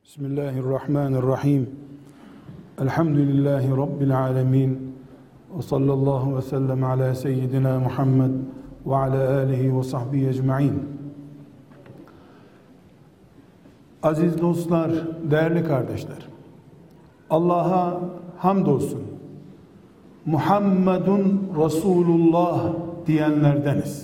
Bismillahirrahmanirrahim. Elhamdülillahi Rabbil alemin. Ve sallallahu ve sellem ala seyyidina Muhammed ve ala alihi ve sahbihi ecma'in. Aziz dostlar, değerli kardeşler, Allah'a hamdolsun. Muhammedun Resulullah diyenlerdeniz.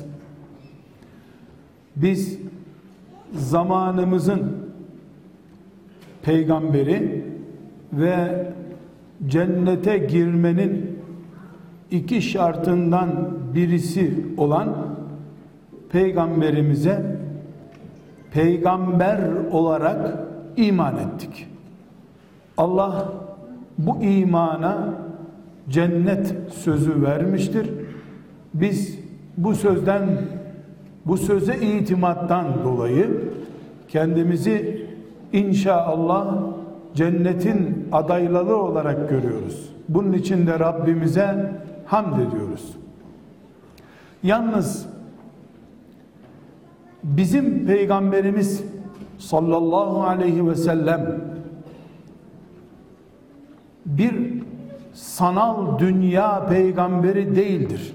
Biz zamanımızın peygamberi ve cennete girmenin iki şartından birisi olan peygamberimize peygamber olarak iman ettik. Allah bu imana cennet sözü vermiştir. Biz bu söze itimattan dolayı kendimizi İnşallah cennetin adayları olarak görüyoruz. Bunun için de Rabbimize hamd ediyoruz. Yalnız bizim Peygamberimiz sallallahu aleyhi ve sellem bir sanal dünya peygamberi değildir.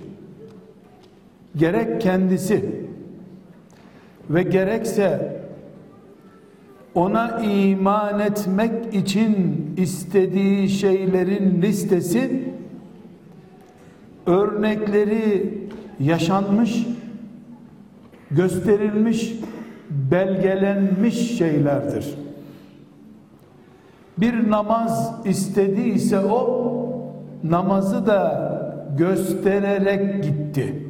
Gerek kendisi ve gerekse ona iman etmek için istediği şeylerin listesi örnekleri yaşanmış, gösterilmiş, belgelenmiş şeylerdir. Bir namaz istediyse o namazı da göstererek gitti.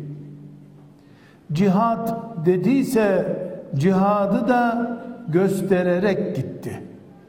Cihad dediyse cihadı da göstererek gitti.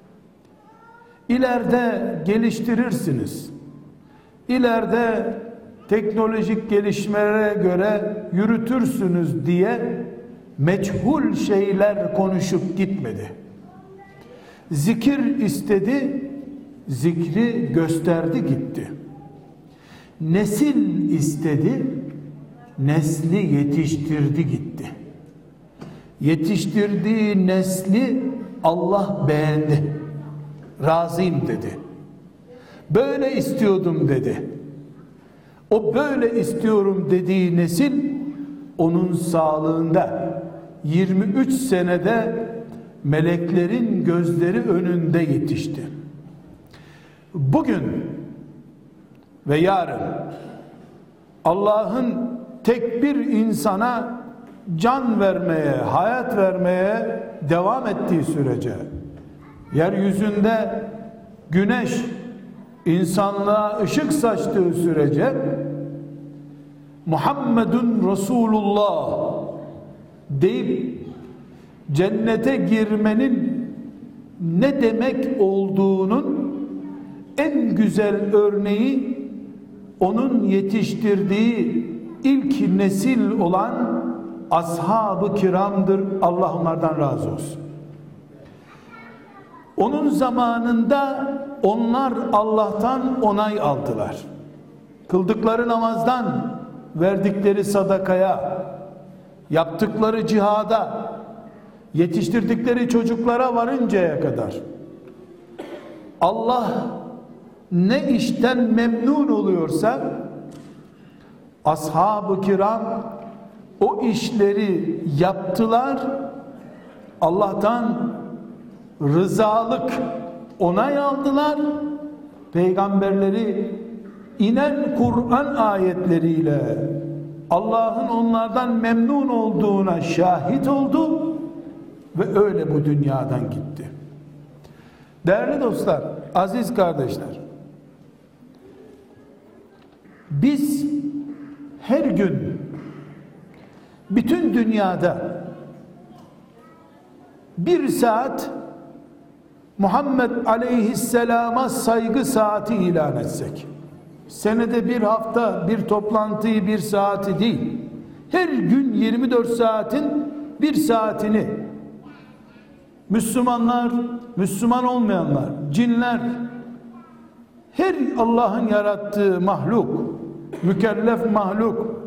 İleride geliştirirsiniz. İleride teknolojik gelişmelere göre yürütürsünüz diye meçhul şeyler konuşup gitmedi. Zikir istedi, zikri gösterdi gitti. Nesil istedi, nesli yetiştirdi gitti. Yetiştirdiği nesli Allah beğendi. Razıyım dedi. Böyle istiyordum dedi. O böyle istiyorum dediği nesil onun sağlığında 23 senede meleklerin gözleri önünde yetişti. Bugün ve yarın Allah'ın tek bir insana can vermeye, hayat vermeye devam ettiği sürece, yeryüzünde güneş insanlığa ışık saçtığı sürece, Muhammedun Resulullah deyip cennete girmenin ne demek olduğunun en güzel örneği onun yetiştirdiği ilk nesil olan ashab-ı kiramdır. Allah onlardan razı olsun. Onun zamanında onlar Allah'tan onay aldılar. Kıldıkları namazdan, verdikleri sadakaya, yaptıkları cihada, yetiştirdikleri çocuklara varıncaya kadar Allah ne işten memnun oluyorsa ashab-ı kiram o işleri yaptılar. Allah'tan rızalık, onay aldılar. Peygamberleri inen Kur'an ayetleriyle Allah'ın onlardan memnun olduğuna şahit oldu ve öyle bu dünyadan gitti. Değerli dostlar, aziz kardeşler, biz her gün bütün dünyada bir saat Muhammed Aleyhisselam'a saygı saati ilan etsek, senede bir hafta bir toplantıyı bir saati değil, her gün 24 saatin bir saatini Müslümanlar, Müslüman olmayanlar, cinler, her Allah'ın yarattığı mahluk, mükellef mahluk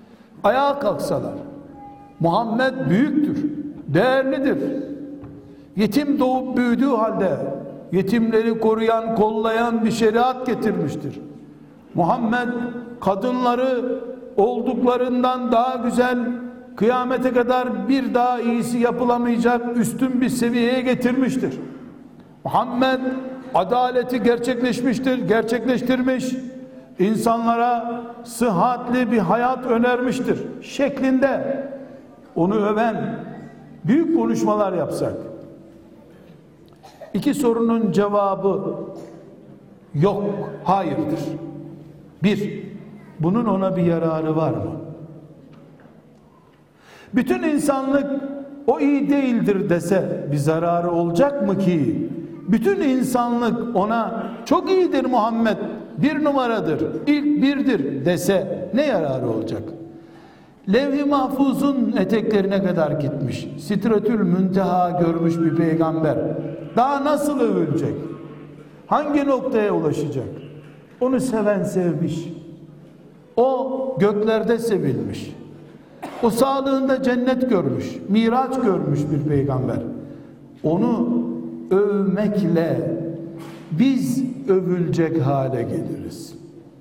ayağa kalksalar, Muhammed büyüktür, değerlidir, yetim doğup büyüdüğü halde yetimleri koruyan, kollayan bir şeriat getirmiştir. Muhammed kadınları olduklarından daha güzel, kıyamete kadar bir daha iyisi yapılamayacak üstün bir seviyeye getirmiştir. Muhammed adaleti gerçekleştirmiş, insanlara sıhhatli bir hayat önermiştir şeklinde onu öven büyük konuşmalar yapsak, iki sorunun cevabı yok, hayırdır. Bir, bunun ona bir yararı var mı? Bütün insanlık o iyi değildir dese bir zararı olacak mı ki? Bütün insanlık ona çok iyidir Muhammed, bir numaradır, ilk birdir dese ne yararı olacak? Levh-i Mahfuz'un eteklerine kadar gitmiş, Sidretül Münteha görmüş bir peygamber daha nasıl övülecek? Hangi noktaya ulaşacak? Onu seven sevmiş, o göklerde sevilmiş, o sağlığında cennet görmüş, miraç görmüş bir peygamber. Onu övmekle biz övülecek hale geliriz.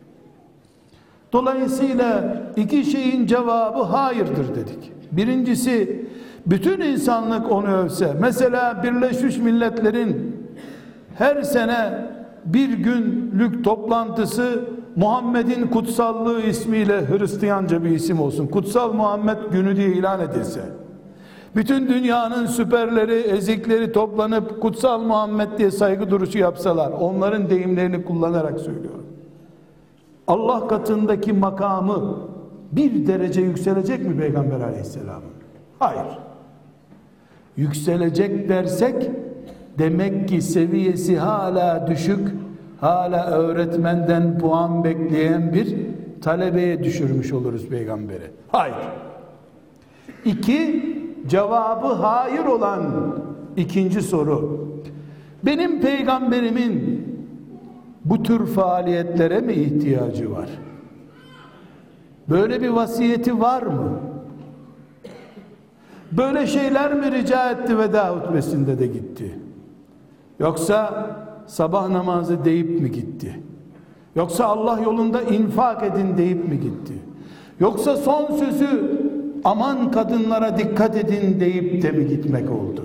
Dolayısıyla iki şeyin cevabı hayırdır dedik. Birincisi, bütün insanlık onu övse, mesela Birleşmiş Milletler'in her sene bir günlük toplantısı Muhammed'in kutsallığı ismiyle Hristiyanca bir isim olsun, Kutsal Muhammed Günü diye ilan edilse, bütün dünyanın süperleri, ezikleri toplanıp Kutsal Muhammed diye saygı duruşu yapsalar, onların deyimlerini kullanarak söylüyorum, Allah katındaki makamı bir derece yükselecek mi Peygamber Aleyhisselam'ın? Hayır. Yükselecek dersek demek ki seviyesi hala düşük, hala öğretmenden puan bekleyen bir talebeye düşürmüş oluruz peygamberi. Hayır. İki, cevabı hayır olan ikinci soru, benim peygamberimin bu tür faaliyetlere mi ihtiyacı var? Böyle bir vasiyeti var mı? Böyle şeyler mi rica etti veda hutbesinde de gitti? Yoksa sabah namazı deyip mi gitti? Yoksa Allah yolunda infak edin deyip mi gitti? Yoksa son sözü aman kadınlara dikkat edin deyip de mi gitmek oldu?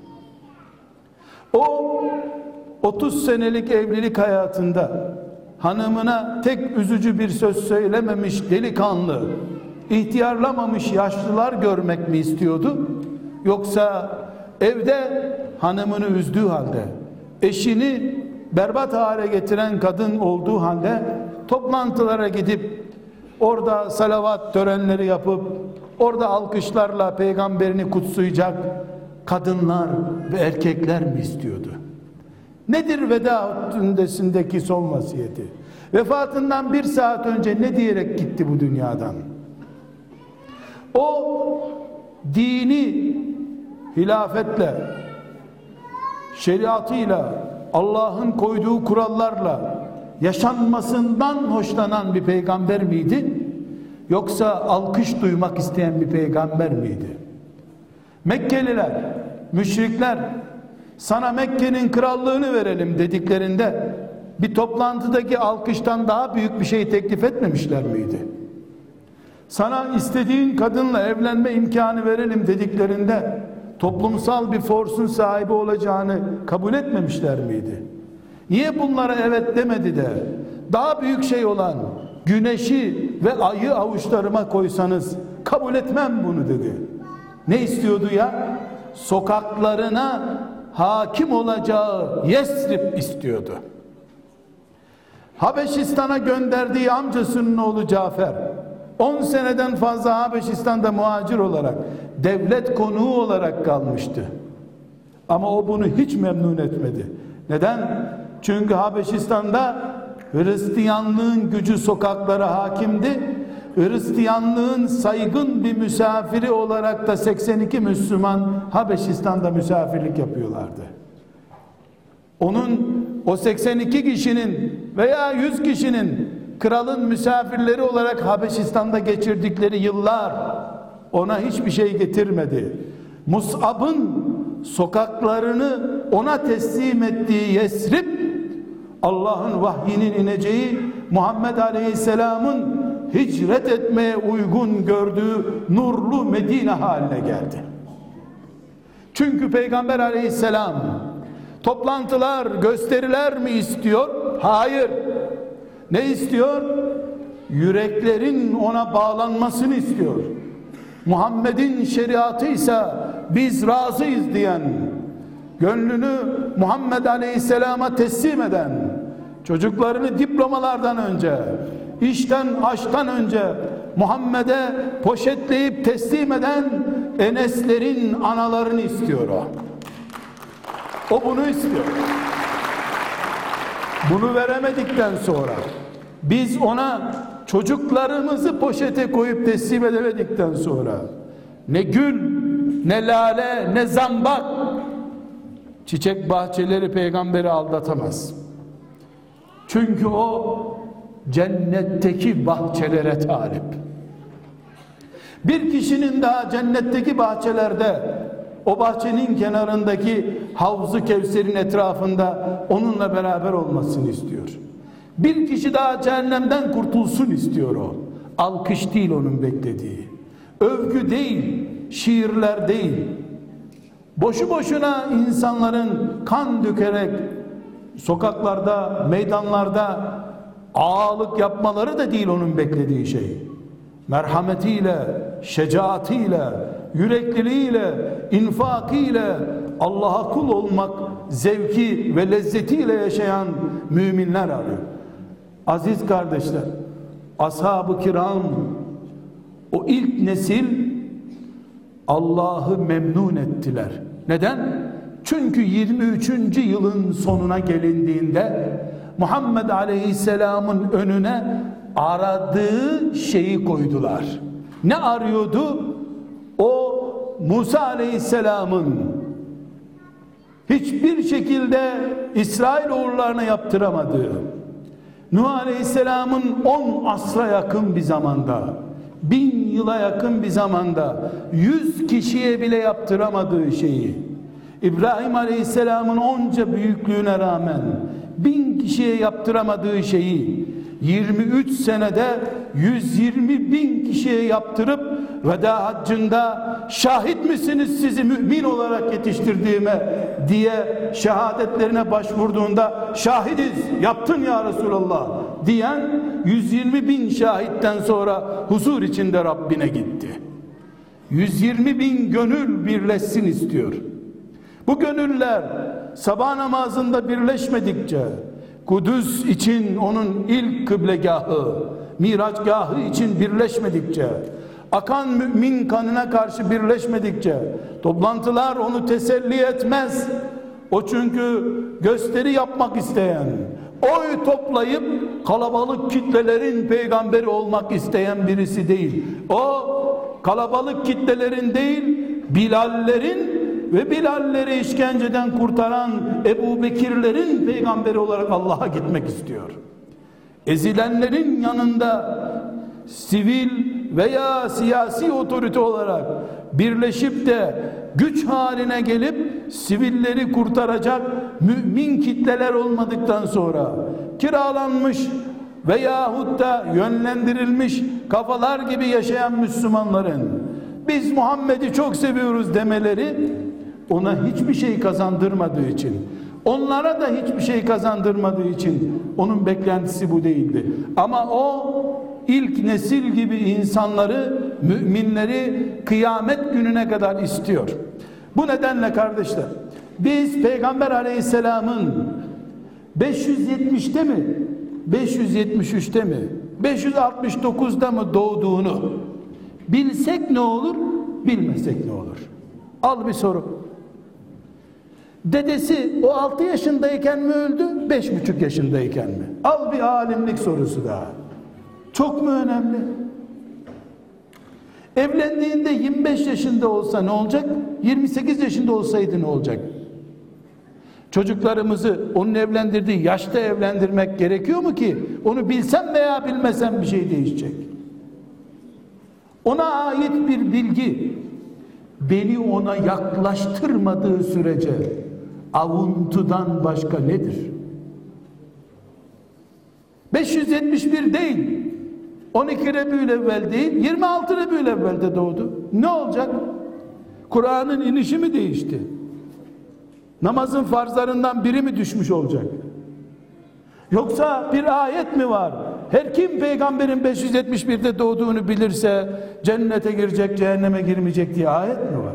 O 30 senelik evlilik hayatında hanımına tek üzücü bir söz söylememiş delikanlı, ihtiyarlamamış yaşlılar görmek mi istiyordu? Yoksa evde hanımını üzdüğü halde, eşini berbat hale getiren kadın olduğu halde toplantılara gidip orada salavat törenleri yapıp orada alkışlarla peygamberini kutsayacak kadınlar ve erkekler mi istiyordu? Nedir veda hutbesindeki son vasiyeti? Vefatından bir saat önce ne diyerek gitti bu dünyadan? O dini hilafetle, şeriatıyla, Allah'ın koyduğu kurallarla yaşanmasından hoşlanan bir peygamber miydi? Yoksa alkış duymak isteyen bir peygamber miydi? Mekkeliler, müşrikler sana Mekke'nin krallığını verelim dediklerinde bir toplantıdaki alkıştan daha büyük bir şey teklif etmemişler miydi? Sana istediğin kadınla evlenme imkanı verelim dediklerinde toplumsal bir forsun sahibi olacağını kabul etmemişler miydi? Niye bunlara evet demedi de daha büyük şey olan güneşi ve ayı avuçlarıma koysanız kabul etmem bunu dedi. Ne istiyordu ya? Sokaklarına hakim olacağı Yesrib istiyordu. Habeşistan'a gönderdiği amcasının oğlu Cafer 10 seneden fazla Habeşistan'da muhacir olarak, devlet konuğu olarak kalmıştı. Ama o bunu hiç memnun etmedi. Neden? Çünkü Habeşistan'da Hristiyanlığın gücü sokaklara hakimdi. Hristiyanlığın saygın bir misafiri olarak da 82 Müslüman Habeşistan'da misafirlik yapıyorlardı. Onun o 82 kişinin veya 100 kişinin kralın misafirleri olarak Habeşistan'da geçirdikleri yıllar ona hiçbir şey getirmedi. Mus'ab'ın sokaklarını ona teslim ettiği Yesrib, Allah'ın vahyinin ineceği, Muhammed Aleyhisselam'ın hicret etmeye uygun gördüğü nurlu Medine haline geldi. Çünkü Peygamber Aleyhisselam toplantılar, gösteriler mi istiyor? Hayır. Ne istiyor? Yüreklerin ona bağlanmasını istiyor. Muhammed'in şeriatıysa biz razıyız diyen, gönlünü Muhammed Aleyhisselam'a teslim eden, çocuklarını diplomalardan önce, işten aşktan önce Muhammed'e poşetleyip teslim eden Eneslerin analarını istiyor o. O bunu istiyor. Bunu veremedikten sonra, biz ona çocuklarımızı poşete koyup teslim edemedikten sonra, ne gül, ne lale, ne zambak, çiçek bahçeleri peygamberi aldatamaz. Çünkü o cennetteki bahçelere talip. Bir kişinin daha cennetteki bahçelerde, o bahçenin kenarındaki Havz-ı Kevser'in etrafında onunla beraber olmasını istiyor. Bir kişi daha cehennemden kurtulsun istiyor o. Alkış değil onun beklediği. Övgü değil, şiirler değil. Boşu boşuna insanların kan dökerek sokaklarda, meydanlarda ağalık yapmaları da değil onun beklediği şey. Merhametiyle, şecaatiyle, yürekliliğiyle, infakıyla Allah'a kul olmak zevki ve lezzetiyle yaşayan müminler arıyor. Aziz kardeşler, ashab-ı kiram, o ilk nesil Allah'ı memnun ettiler. Neden? Çünkü 23. yılın sonuna gelindiğinde Muhammed Aleyhisselam'ın önüne aradığı şeyi koydular. Ne arıyordu? O Musa Aleyhisselam'ın hiçbir şekilde İsrailoğullarına yaptıramadığı, Nuh Aleyhisselam'ın 10 asra yakın bir zamanda, 1000 yıla yakın bir zamanda 100 kişiye bile yaptıramadığı şeyi, İbrahim Aleyhisselam'ın onca büyüklüğüne rağmen 1000 kişiye yaptıramadığı şeyi 23 senede 120.000 kişiye yaptırıp veda haccında şahit misiniz sizi mümin olarak yetiştirdiğime diye şehadetlerine başvurduğunda şahidiz, yaptın ya Resulallah diyen 120.000 şahitten sonra huzur içinde Rabbine gitti. 120.000 gönül birleşsin istiyor. Bu gönüller sabah namazında birleşmedikçe, Kudüs için onun ilk kıblegahı, miraçgahı için birleşmedikçe, akan mümin kanına karşı birleşmedikçe toplantılar onu teselli etmez. O çünkü gösteri yapmak isteyen, oy toplayıp kalabalık kitlelerin peygamberi olmak isteyen birisi değil. O kalabalık kitlelerin değil, Bilallerin ve Bilalleri işkenceden kurtaran Ebu Bekirlerin peygamberi olarak Allah'a gitmek istiyor. Ezilenlerin yanında sivil veya siyasi otorite olarak birleşip de güç haline gelip sivilleri kurtaracak mümin kitleler olmadıktan sonra kiralanmış veyahut da yönlendirilmiş kafalar gibi yaşayan Müslümanların biz Muhammed'i çok seviyoruz demeleri ona hiçbir şey kazandırmadığı için, onlara da hiçbir şey kazandırmadığı için onun beklentisi bu değildi. Ama o ilk nesil gibi insanları, müminleri kıyamet gününe kadar istiyor. Bu nedenle kardeşler, biz Peygamber Aleyhisselam'ın 570'te mi, 573'te mi, 569'da mı doğduğunu bilsek ne olur, bilmesek ne olur? Al bir soru. Dedesi o 6 yaşındayken mi öldü, 5,5 yaşındayken mi? Al bir alimlik sorusu daha. Çok mu önemli? Evlendiğinde 25 yaşında olsa ne olacak? 28 yaşında olsaydı ne olacak? Çocuklarımızı onun evlendirdiği yaşta evlendirmek gerekiyor mu ki? Onu bilsem veya bilmesem bir şey değişecek. Ona ait bir bilgi, beni ona yaklaştırmadığı sürece avuntudan başka nedir? 571 değil, 12 Rebü'l-Evvel değil, 26 Rebü'l-Evvel'de doğdu. Ne olacak? Kur'an'ın inişi mi değişti? Namazın farzlarından biri mi düşmüş olacak? Yoksa bir ayet mi var? Her kim peygamberin 571'de doğduğunu bilirse cennete girecek, cehenneme girmeyecek diye ayet mi var?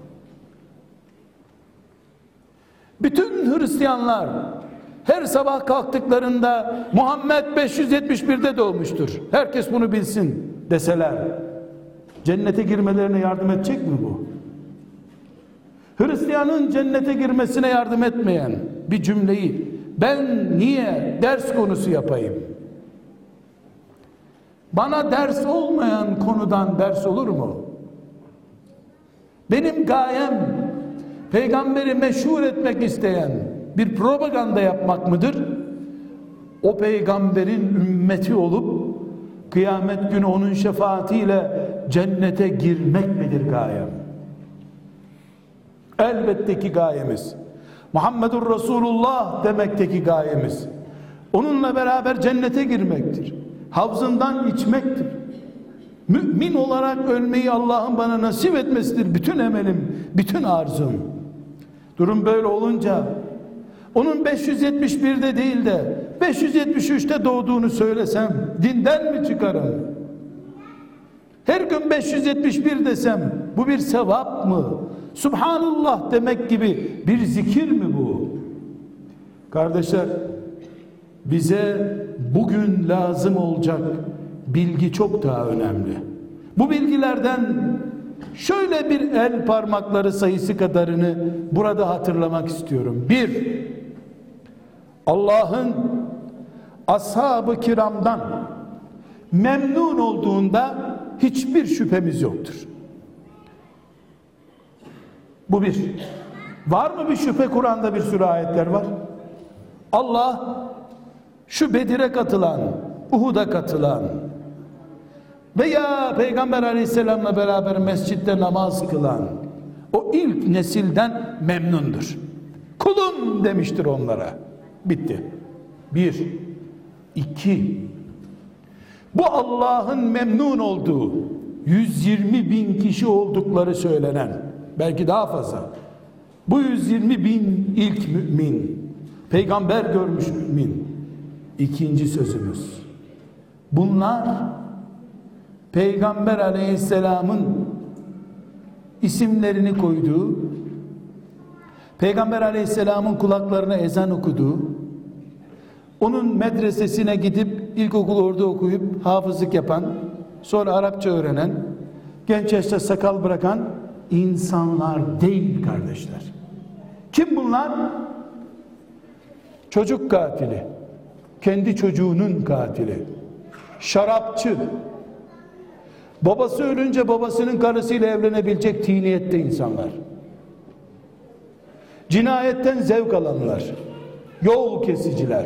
Bütün Hristiyanlar her sabah kalktıklarında Muhammed 571'de doğmuştur, herkes bunu bilsin deseler, cennete girmelerine yardım edecek mi bu? Hristiyanın cennete girmesine yardım etmeyen bir cümleyi ben niye ders konusu yapayım? Bana ders olmayan konudan ders olur mu? Benim gayem peygamberi meşhur etmek isteyen bir propaganda yapmak mıdır? O peygamberin ümmeti olup kıyamet günü onun şefaatiyle cennete girmek midir gayem? Elbette ki gayemiz Muhammedur Resulullah demekteki gayemiz onunla beraber cennete girmektir. Havzından içmektir. Mümin olarak ölmeyi Allah'ın bana nasip etmesidir bütün emelim, bütün arzum. Durum böyle olunca onun 571'de değil de 573'te doğduğunu söylesem dinden mi çıkarım? Her gün 571 desem bu bir sevap mı? Subhanallah demek gibi bir zikir mi bu? Kardeşler, bize bugün lazım olacak bilgi çok daha önemli. Bu bilgilerden şöyle bir el parmakları sayısı kadarını burada hatırlamak istiyorum. 1. Allah'ın ashab-ı kiramdan memnun olduğunda hiçbir şüphemiz yoktur. Bu bir. Var mı bir şüphe? Kur'an'da bir sürü ayetler var. Allah şu Bedir'e katılan, Uhud'a katılan veya Peygamber Aleyhisselam'la beraber mescitte namaz kılan o ilk nesilden memnundur. Kulum demiştir onlara. Bitti. 1. 2. Bu Allah'ın memnun olduğu 120 bin kişi oldukları söylenen, belki daha fazla, bu 120 bin ilk mümin, peygamber görmüş mümin. İkinci sözümüz, bunlar Peygamber Aleyhisselam'ın isimlerini koyduğu, Peygamber Aleyhisselam'ın kulaklarına ezan okuduğu, onun medresesine gidip ilkokul orada okuyup hafızlık yapan, sonra Arapça öğrenen, genç yaşta sakal bırakan insanlar değil kardeşler. Kim bunlar? Çocuk katili, kendi çocuğunun katili, şarapçı, babası ölünce babasının karısıyla evlenebilecek tiniyette insanlar, cinayetten zevk alanlar, yol kesiciler,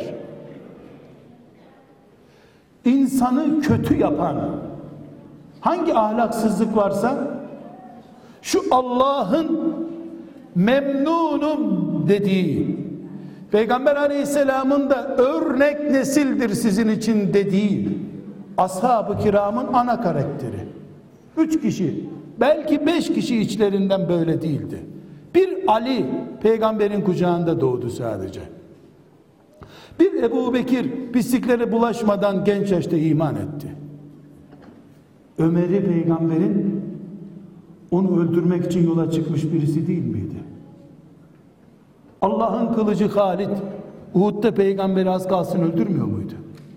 insanı kötü yapan hangi ahlaksızlık varsa şu Allah'ın memnunum dediği, Peygamber Aleyhisselam'ın da örnek nesildir sizin için dediği ashab-ı kiramın ana karakteri. 3 kişi, belki 5 kişi içlerinden böyle değildi. Bir Ali peygamberin kucağında doğdu sadece. Bir Ebu Bekir pisliklere bulaşmadan genç yaşta iman etti. Ömer'i peygamberin onu öldürmek için yola çıkmış birisi değil miydi? Allah'ın kılıcı Halid Uhud'da peygamberi az kalsın öldürmüyor muydu?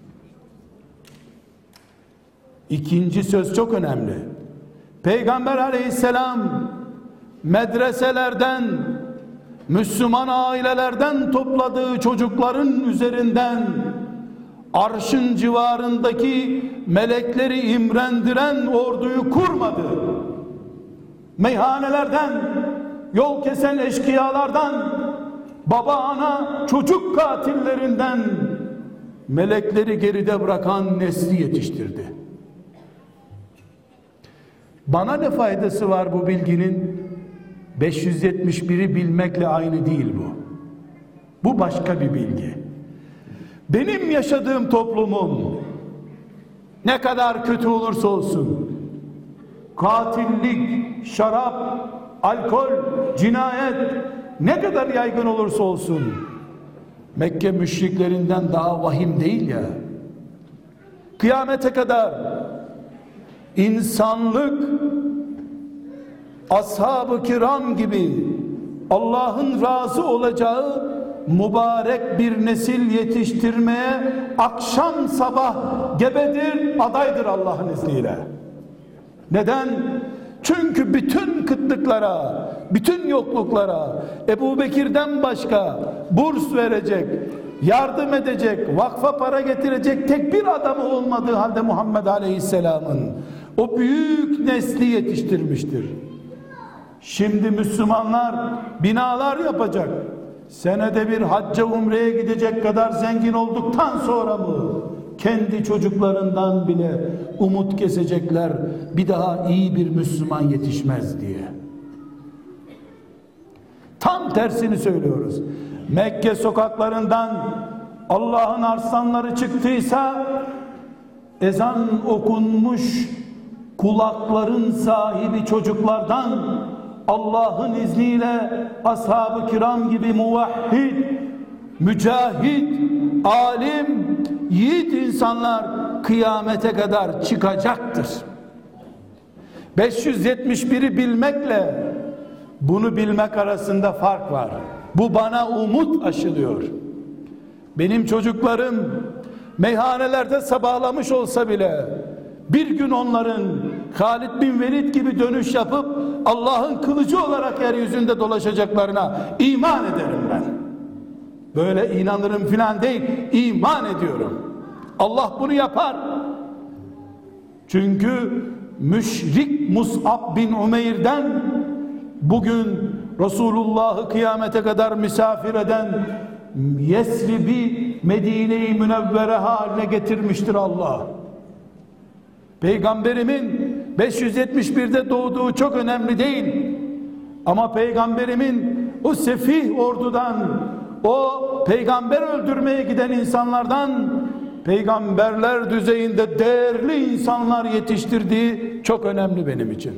İkinci söz çok önemli. Peygamber Aleyhisselam medreselerden, Müslüman ailelerden topladığı çocukların üzerinden arşın civarındaki melekleri imrendiren orduyu kurmadı. Meyhanelerden, yol kesen eşkıyalardan, baba ana çocuk katillerinden melekleri geride bırakan nesli yetiştirdi. Bana ne faydası var bu bilginin? 571'i bilmekle aynı değil bu. Bu başka bir bilgi. Benim yaşadığım toplumum ne kadar kötü olursa olsun, katillik, şarap, alkol, cinayet ne kadar yaygın olursa olsun, Mekke müşriklerinden daha vahim değil ya. Kıyamete kadar insanlık ashab-ı kiram gibi Allah'ın razı olacağı mübarek bir nesil yetiştirmeye akşam sabah gebedir, adaydır Allah'ın izniyle. Neden? Çünkü bütün kıtlıklara, bütün yokluklara Ebu Bekir'den başka burs verecek, yardım edecek, vakfa para getirecek tek bir adamı olmadığı halde Muhammed Aleyhisselam'ın o büyük nesli yetiştirmiştir. Şimdi Müslümanlar binalar yapacak, senede bir hacca umreye gidecek kadar zengin olduktan sonra mı kendi çocuklarından bile umut kesecekler, bir daha iyi bir Müslüman yetişmez diye? Tam tersini söylüyoruz. Mekke sokaklarından Allah'ın arslanları çıktıysa, ezan okunmuş kulakların sahibi çocuklardan Allah'ın izniyle ashab-ı kiram gibi muvahhid, mücahid, alim, yiğit insanlar kıyamete kadar çıkacaktır. 571'i bilmekle bunu bilmek arasında fark var. Bu bana umut aşılıyor. Benim çocuklarım meyhanelerde sabahlamış olsa bile bir gün onların Halid bin Velid gibi dönüş yapıp Allah'ın kılıcı olarak yeryüzünde dolaşacaklarına iman ederim ben. Böyle inanırım filan değil, iman ediyorum. Allah bunu yapar. Çünkü müşrik Mus'ab bin Umeyr'den bugün Resulullah'ı kıyamete kadar misafir eden Yesrib'i Medine-i Münevvere haline getirmiştir Allah. Peygamberimin 571'de doğduğu çok önemli değil. Ama peygamberimin o sefih ordudan, o peygamber öldürmeye giden insanlardan peygamberler düzeyinde değerli insanlar yetiştirdiği çok önemli benim için.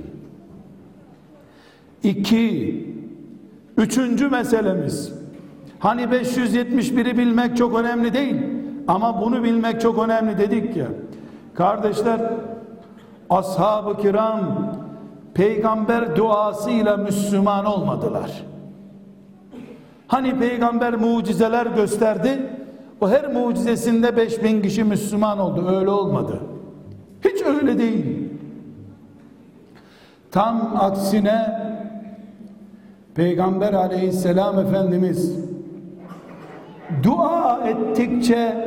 Üçüncü meselemiz, hani 571'i bilmek çok önemli değil ama bunu bilmek çok önemli dedik ya. Kardeşler, ashab-ı kiram peygamber duasıyla Müslüman olmadılar. Hani peygamber mucizeler gösterdi, o her mucizesinde 5000 kişi Müslüman oldu. Öyle olmadı. Hiç öyle değil. Tam aksine Peygamber Aleyhisselam Efendimiz dua ettikçe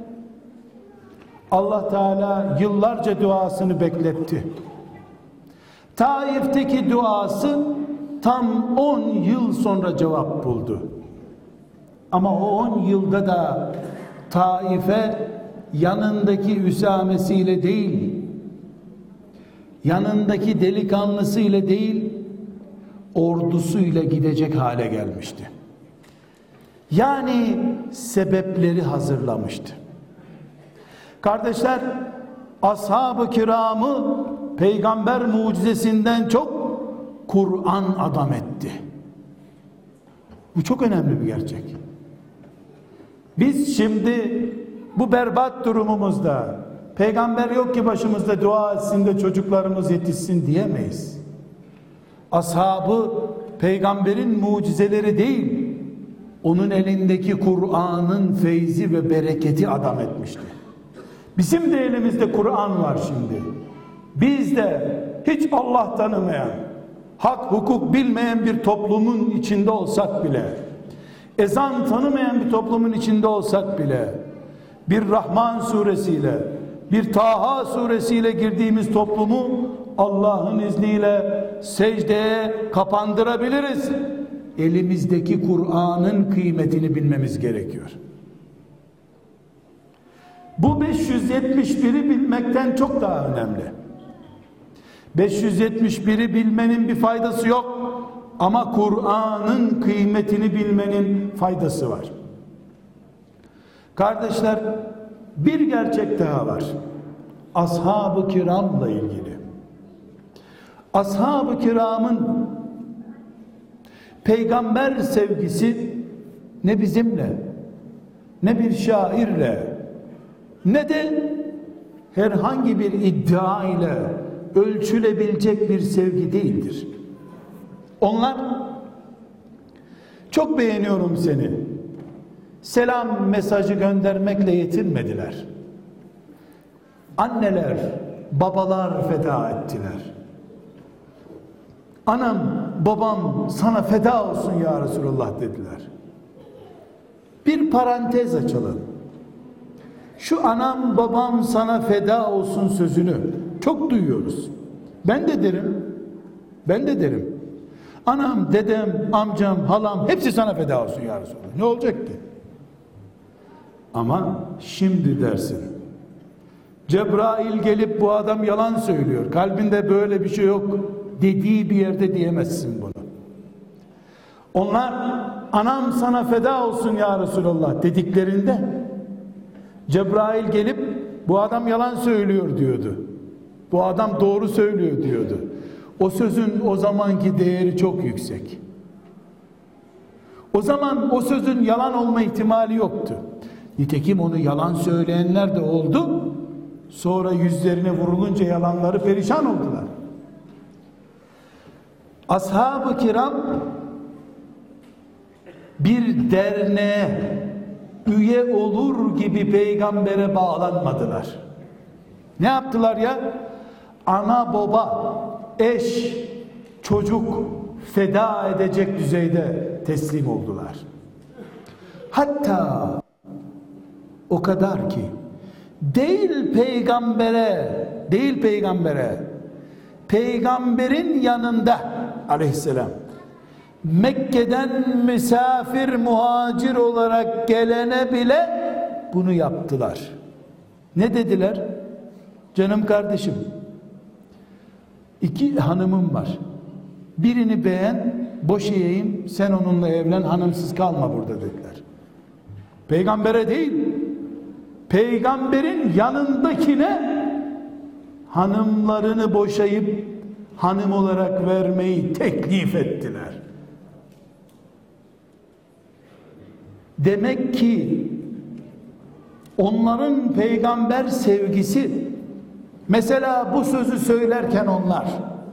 Allah Teala yıllarca duasını bekletti. Taif'teki duası tam 10 yıl sonra cevap buldu. Ama o 10 yılda da Taif'e yanındaki Üsamesiyle değil, yanındaki delikanlısıyla değil, ordusuyla gidecek hale gelmişti. Yani sebepleri hazırlamıştı. Kardeşler, ashab-ı kiramı peygamber mucizesinden çok Kur'an adam etti. Bu çok önemli bir gerçek. Biz şimdi bu berbat durumumuzda peygamber yok ki başımızda dua etsin de çocuklarımız yetişsin diyemeyiz. Ashabı peygamberin mucizeleri değil, onun elindeki Kur'an'ın feyzi ve bereketi adam etmişti. Bizim de elimizde Kur'an var şimdi. Biz de hiç Allah tanımayan, hak hukuk bilmeyen bir toplumun içinde olsak bile, ezan tanımayan bir toplumun içinde olsak bile, bir Rahman suresiyle, bir Taha suresiyle girdiğimiz toplumu Allah'ın izniyle secdeye kapandırabiliriz. Elimizdeki Kur'an'ın kıymetini bilmemiz gerekiyor. Bu 571'i bilmekten çok daha önemli. 571'i bilmenin bir faydası yok. ama Kur'an'ın kıymetini bilmenin faydası var. Kardeşler, bir gerçek daha var. Ashab-ı kiramla ilgili. Ashab-ı kiramın peygamber sevgisi ne bizimle, ne bir şairle, ne de herhangi bir iddia ile ölçülebilecek bir sevgi değildir. Onlar çok beğeniyorum seni, selam mesajı göndermekle yetinmediler. Anneler, babalar feda ettiler. Anam, babam sana feda olsun ya Resulullah dediler. Bir parantez açalım. Şu anam babam sana feda olsun sözünü çok duyuyoruz. Ben de derim. Anam, dedem, amcam, halam hepsi sana feda olsun ya Resulullah. Ne olacak ki? Ama şimdi dersin. Cebrail gelip bu adam yalan söylüyor, kalbinde böyle bir şey yok dediği bir yerde diyemezsin bunu. Onlar anam sana feda olsun ya Resulallah dediklerinde Cebrail gelip bu adam yalan söylüyor diyordu. Bu adam doğru söylüyor diyordu. O sözün o zamanki değeri çok yüksek. O zaman o sözün yalan olma ihtimali yoktu. Nitekim onu yalan söyleyenler de oldu. Sonra yüzlerine vurulunca yalanları perişan oldular. Ashab-ı kiram bir derneğe üye olur gibi peygambere bağlanmadılar. Ne yaptılar ya? Ana baba, eş, çocuk feda edecek düzeyde teslim oldular. Hatta o kadar ki değil peygambere peygamberin yanında aleyhisselam Mekke'den misafir muhacir olarak gelene bile bunu yaptılar. Ne dediler? Canım kardeşim, 2 hanımım var. Birini beğen, boşayayım, sen onunla evlen, hanımsız kalma burada dediler. Peygambere değil, peygamberin yanındakine hanımlarını boşayıp hanım olarak vermeyi teklif ettiler. Demek ki onların peygamber sevgisi, mesela bu sözü söylerken onlar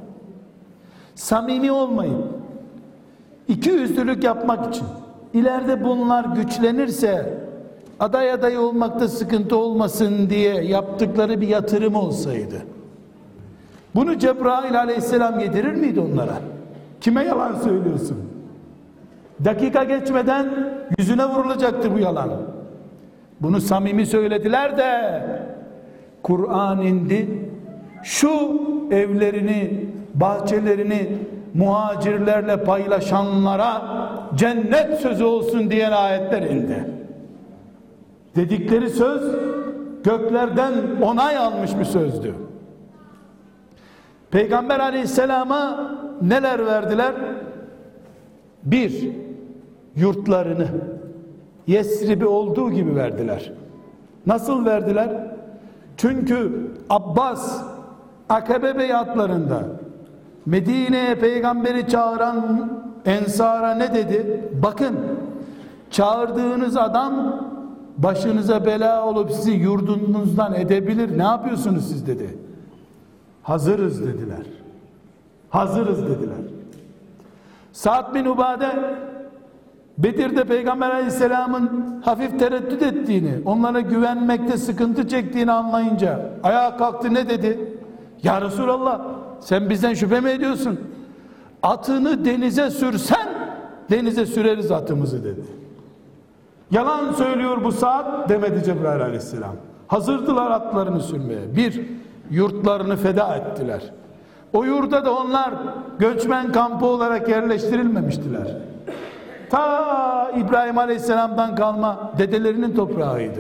samimi olmayıp ikiyüzlülük yapmak için, ileride bunlar güçlenirse aday olmakta sıkıntı olmasın diye yaptıkları bir yatırım olsaydı, bunu Cebrail aleyhisselam yedirir miydi onlara? Kime yalan söylüyorsun? Dakika geçmeden yüzüne vurulacaktı bu yalan. Bunu samimi söylediler de Kur'an indi. Şu evlerini, bahçelerini muhacirlerle paylaşanlara cennet sözü olsun diyen ayetler indi. Dedikleri söz göklerden onay almış bir sözdü. Peygamber aleyhisselama neler verdiler? 1, yurtlarını Yesrib'i olduğu gibi verdiler. Nasıl verdiler? Çünkü Abbas Akabe beyatlarında Medine'ye peygamberi çağıran ensara ne dedi? Bakın, çağırdığınız adam başınıza bela olup sizi yurdunuzdan edebilir. Ne yapıyorsunuz siz dedi. Hazırız dediler. Hazırız dediler. Sa'd bin Ubade Bedir'de Peygamber Aleyhisselam'ın hafif tereddüt ettiğini, onlara güvenmekte sıkıntı çektiğini anlayınca ayağa kalktı, ne dedi? Ya Resulallah, sen bizden şüphe mi ediyorsun? Atını denize sürsen denize süreriz atımızı dedi. Yalan söylüyor bu Sa'd demedi Cebrail Aleyhisselam. Hazırdılar atlarını sürmeye. 1, yurtlarını feda ettiler. O yurda da onlar göçmen kampı olarak yerleştirilmemiştiler. Ta İbrahim Aleyhisselam'dan kalma dedelerinin toprağıydı.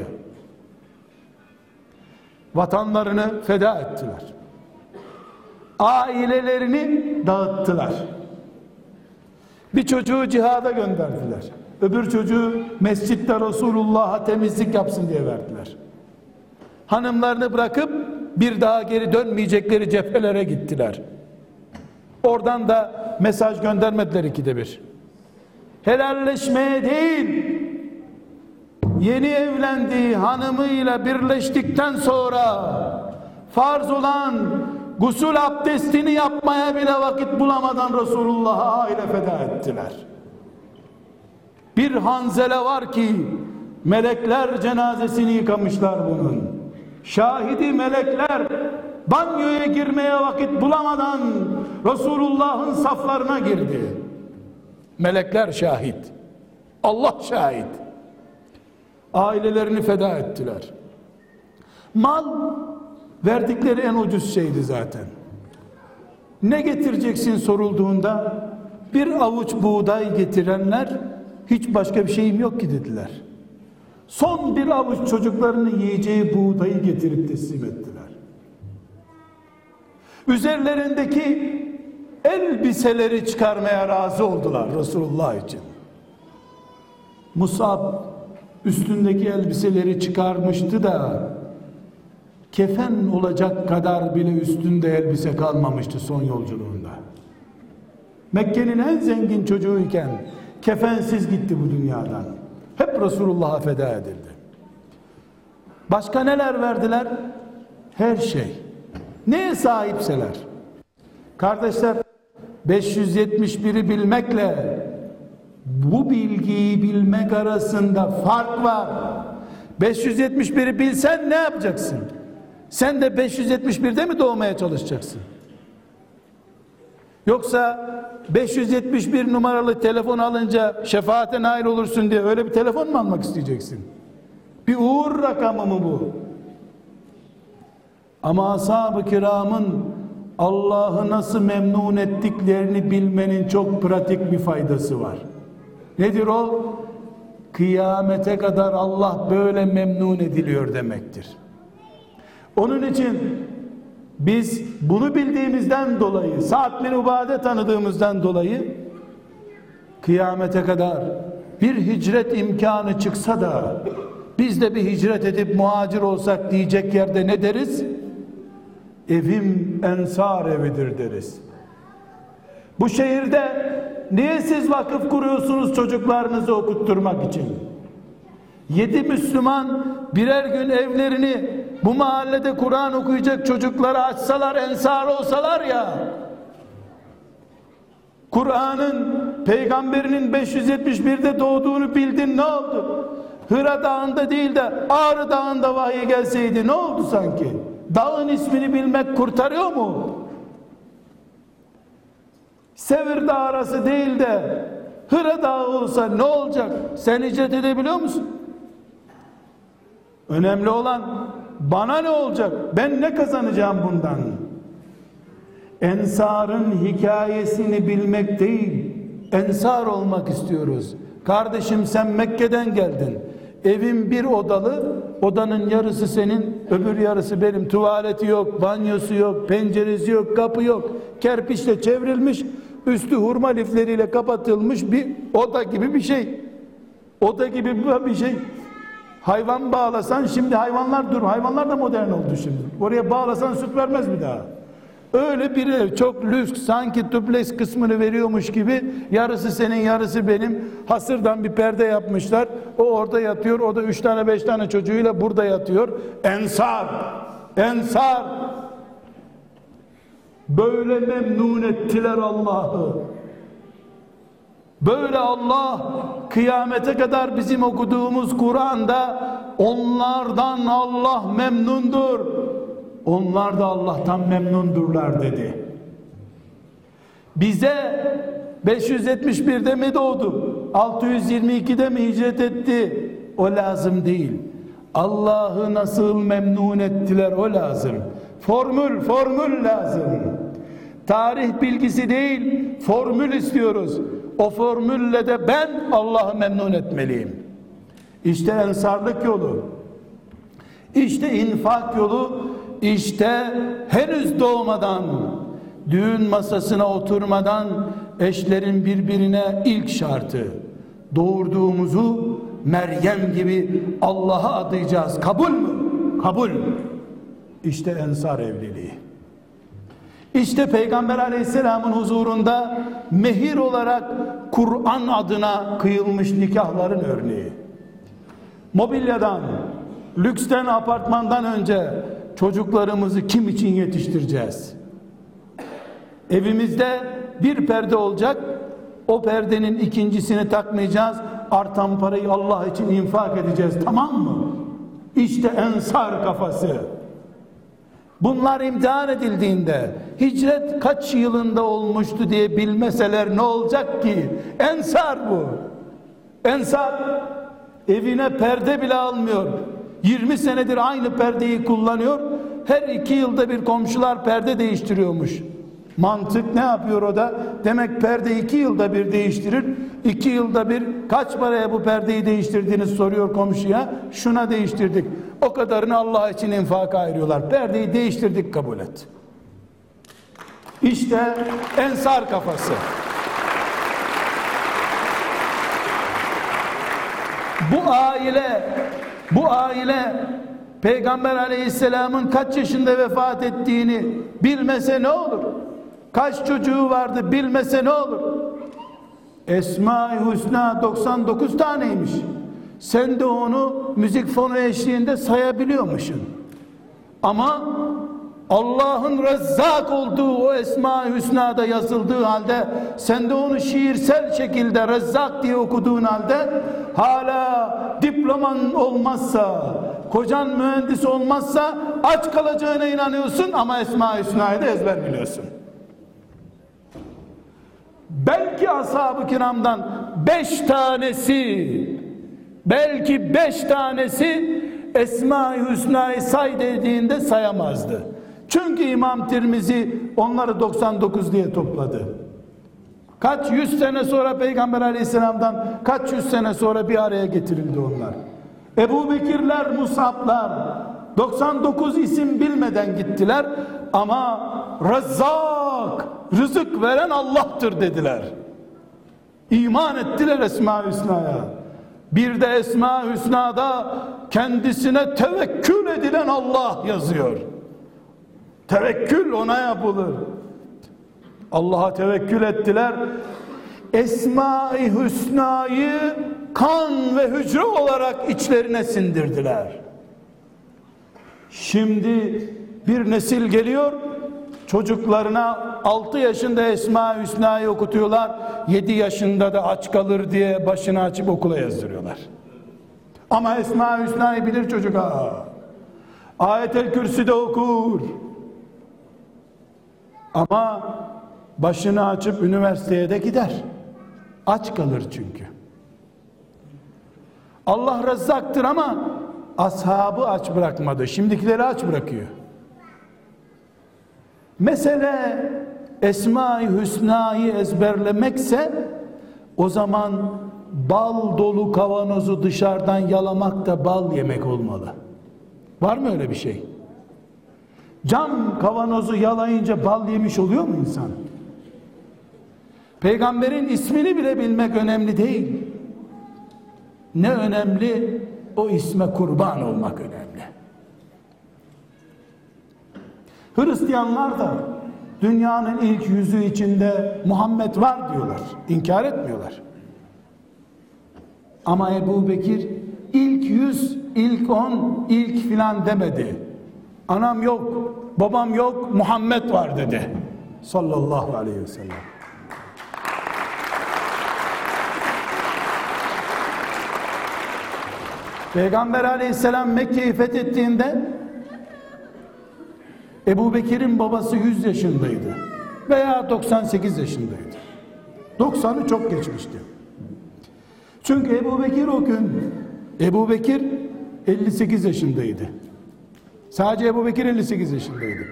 Vatanlarını feda ettiler. Ailelerini dağıttılar. Bir çocuğu cihada gönderdiler. Öbür çocuğu mescitte Resulullah'a temizlik yapsın diye verdiler. Hanımlarını bırakıp bir daha geri dönmeyecekleri cephelere gittiler. Oradan da mesaj göndermediler ikide bir. Helalleşmeye değil, yeni evlendiği hanımıyla birleştikten sonra farz olan gusül abdestini yapmaya bile vakit bulamadan Resulullah'a aile feda ettiler. Bir Hanzele var ki melekler cenazesini yıkamışlar bunun. Şahidi melekler banyoya girmeye vakit bulamadan Resulullah'ın saflarına girdi. Melekler şahit. Allah şahit. Ailelerini feda ettiler. Mal verdikleri en ucuz şeydi zaten. Ne getireceksin sorulduğunda bir avuç buğday getirenler hiç başka bir şeyim yok ki dediler. Son bir avuç çocuklarının yiyeceği buğdayı getirip teslim ettiler. Üzerlerindeki elbiseleri çıkarmaya razı oldular Resulullah için. Musab üstündeki elbiseleri çıkarmıştı da kefen olacak kadar bile üstünde elbise kalmamıştı son yolculuğunda. Mekke'nin en zengin çocuğuyken kefensiz gitti bu dünyadan. Hep Resulullah'a feda edildi. Başka neler verdiler? Her şey. Neye sahipseler. Kardeşler, 571'i bilmekle bu bilgiyi bilmek arasında fark var. 571'i bilsen ne yapacaksın? Sen de 571'de mi doğmaya çalışacaksın? Yoksa 571 numaralı telefon alınca şefaate nail olursun diye öyle bir telefon mu almak isteyeceksin? Bir uğur rakamı mı bu? Ama ashab-ı kiramın Allah'ı nasıl memnun ettiklerini bilmenin çok pratik bir faydası var. Nedir o? Kıyamete kadar Allah böyle memnun ediliyor demektir. Onun için biz bunu bildiğimizden dolayı, Sa'd bin Ubade tanıdığımızdan dolayı kıyamete kadar bir hicret imkanı çıksa da biz de bir hicret edip muhacir olsak diyecek yerde ne deriz? Evim ensar evidir deriz. Bu şehirde niye siz vakıf kuruyorsunuz çocuklarınızı okutturmak için? 7 Müslüman birer gün evlerini bu mahallede Kur'an okuyacak çocuklara açsalar, ensar olsalar ya, Kur'an'ın peygamberinin 571'de doğduğunu bildin, ne oldu? Hıra Dağı'nda değil de Ağrı Dağı'nda vahiy gelseydi ne oldu sanki? Dağın ismini bilmek kurtarıyor mu? Sevir Dağı arası değil de Hıra Dağı olsa ne olacak? Sen hicret edebiliyor musun? Önemli olan bana ne olacak? Ben ne kazanacağım bundan? Ensar'ın hikayesini bilmek değil, ensar olmak istiyoruz. Kardeşim, sen Mekke'den geldin. Evin bir odalı, odanın yarısı senin, öbür yarısı benim. Tuvaleti yok, banyosu yok, penceresi yok, kapı yok. Kerpiçle çevrilmiş, üstü hurma lifleriyle kapatılmış bir oda gibi bir şey. Oda gibi bir şey. Hayvan bağlasan, şimdi hayvanlar da modern oldu şimdi. Oraya bağlasan süt vermez bir daha. Öyle bir ev, çok lüks, sanki dubleks kısmını veriyormuş gibi, yarısı senin yarısı benim, hasırdan bir perde yapmışlar, o orada yatıyor, o da 3 tane 5 tane çocuğuyla burada yatıyor. Ensar böyle memnun ettiler Allah'ı. Böyle Allah kıyamete kadar bizim okuduğumuz Kur'an'da onlardan Allah memnundur, onlar da Allah'tan memnundurlar dedi. Bize 571'de mi doğdu, 622'de mi hicret etti, o lazım değil. Allah'ı nasıl memnun ettiler, o lazım. Formül lazım. Tarih bilgisi değil, formül istiyoruz. O formülle de ben Allah'ı memnun etmeliyim. İşte ensarlık yolu, işte infak yolu, işte henüz doğmadan, düğün masasına oturmadan eşlerin birbirine ilk şartı, doğurduğumuzu Meryem gibi Allah'a adayacağız. Kabul mü? Kabul. İşte ensar evliliği. İşte Peygamber Aleyhisselam'ın huzurunda mehir olarak Kur'an adına kıyılmış nikahların örneği. Mobilyadan, lüksten, apartmandan önce çocuklarımızı kim için yetiştireceğiz? Evimizde bir perde olacak, o perdenin ikincisini takmayacağız, artan parayı Allah için infak edeceğiz, tamam mı? İşte ensar kafası. Bunlar imtihan edildiğinde hicret kaç yılında olmuştu diye bilmeseler ne olacak ki? Ensar bu. Ensar evine perde bile almıyor. 20 senedir aynı perdeyi kullanıyor. Her 2 yılda bir komşular perde değiştiriyormuş. Mantık ne yapıyor o da? Demek perde 2 yılda bir değiştirir. 2 yılda bir kaç paraya bu perdeyi değiştirdiğini soruyor komşuya. Şuna değiştirdik. O kadarını Allah için infaka ayırıyorlar. Perdeyi değiştirdik, kabul et. İşte ensar kafası. Bu aile Peygamber Aleyhisselam'ın kaç yaşında vefat ettiğini bilmese ne olur? Kaç çocuğu vardı bilmese ne olur? Esma-i Hüsna 99 taneymiş. Sen de onu müzik fonu eşliğinde sayabiliyormuşsun. Ama Allah'ın Rezzak olduğu o Esma-i Hüsna'da yazıldığı halde sen de onu şiirsel şekilde Rezzak diye okuduğun halde hala diploman olmazsa, kocan mühendis olmazsa aç kalacağına inanıyorsun ama Esma-i Hüsna'yı da ezber biliyorsun. Belki ashab-ı kiramdan 5 tanesi Esma-i Hüsna'yı say dediğinde sayamazdı. Çünkü İmam Tirmizi onları 99 diye topladı. Kaç yüz sene sonra Peygamber Aleyhisselam'dan kaç yüz sene sonra bir araya getirildi onlar. Ebu Bekirler, Musablar 99 isim bilmeden gittiler ama Rezzak, rızık veren Allah'tır dediler. İman ettiler Esma-i Hüsna'ya. Bir de Esma-i Hüsna'da kendisine tevekkül edilen Allah yazıyor. Tevekkül ona yapılır. Allah'a tevekkül ettiler. Esma-i Hüsna'yı kan ve hücre olarak içlerine sindirdiler. Şimdi bir nesil geliyor, çocuklarına 6 yaşında Esma-i Hüsna'yı okutuyorlar, 7 yaşında da aç kalır diye başını açıp okula yazdırıyorlar. Ama Esma-i Hüsna'yı bilir çocuk. Ayet-el Kürsü'de okur. Ama başını açıp üniversiteye de gider. Aç kalır çünkü. Allah Rezzaktır ama ashabı aç bırakmadı. Şimdikileri aç bırakıyor. Mesele Esma-i Hüsna'yı ezberlemekse o zaman bal dolu kavanozu dışarıdan yalamak da bal yemek olmalı. Var mı öyle bir şey? Cam kavanozu yalayınca bal yemiş oluyor mu insan? Peygamberin ismini bile bilmek önemli değil. Ne önemli? O isme kurban olmak önemli. Hristiyanlar da dünyanın ilk 100'ü içinde Muhammed var diyorlar. İnkar etmiyorlar. Ama Ebu Bekir ilk 100, ilk 10, ilk filan demedi. Anam yok, babam yok, Muhammed var dedi. Sallallahu aleyhi ve sellem. Peygamber aleyhisselam Mekke'yi fethettiğinde Ebu Bekir'in babası 100 yaşındaydı veya 98 yaşındaydı. 90'ı çok geçmişti. Çünkü Ebu Bekir 58 yaşındaydı. Sadece Ebu Bekir 58 yaşındaydı.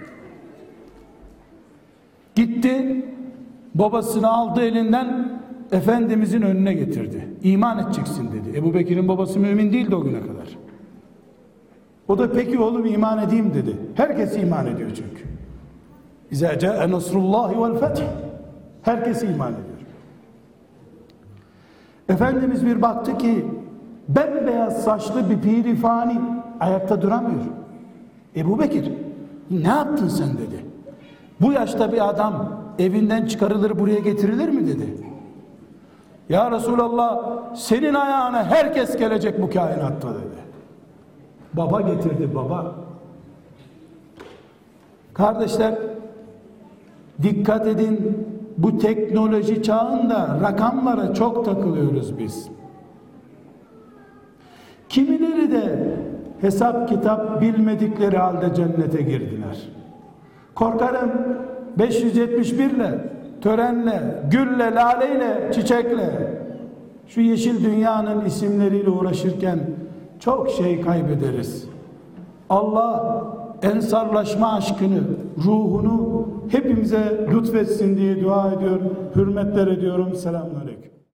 Gitti, babasını aldı elinden, Efendimizin önüne getirdi. İman edeceksin dedi. Ebu Bekir'in babası mümin değildi o güne kadar. O da peki oğlum iman edeyim dedi. Herkes iman ediyor çünkü. İzâ câe nasrullâhi vel feth. Herkes iman ediyor. Efendimiz bir baktı ki bembeyaz saçlı bir pirifani ayakta duramıyor. Ebu Bekir, ne yaptın sen dedi. Bu yaşta bir adam evinden çıkarılır buraya getirilir mi dedi. Ya Resulallah, senin ayağına herkes gelecek bu kainatta dedi. Baba getirdi, baba. Kardeşler, dikkat edin, bu teknoloji çağında rakamlara çok takılıyoruz biz. Kimileri de hesap kitap bilmedikleri halde cennete girdiler. Korkarım 571 ile, törenle, gülle, laleyle, çiçekle, şu yeşil dünyanın isimleriyle uğraşırken çok şey kaybederiz. Allah ensarlaşma aşkını, ruhunu hepimize lütfetsin diye dua ediyorum. Hürmetler ediyorum. Selamünaleyküm.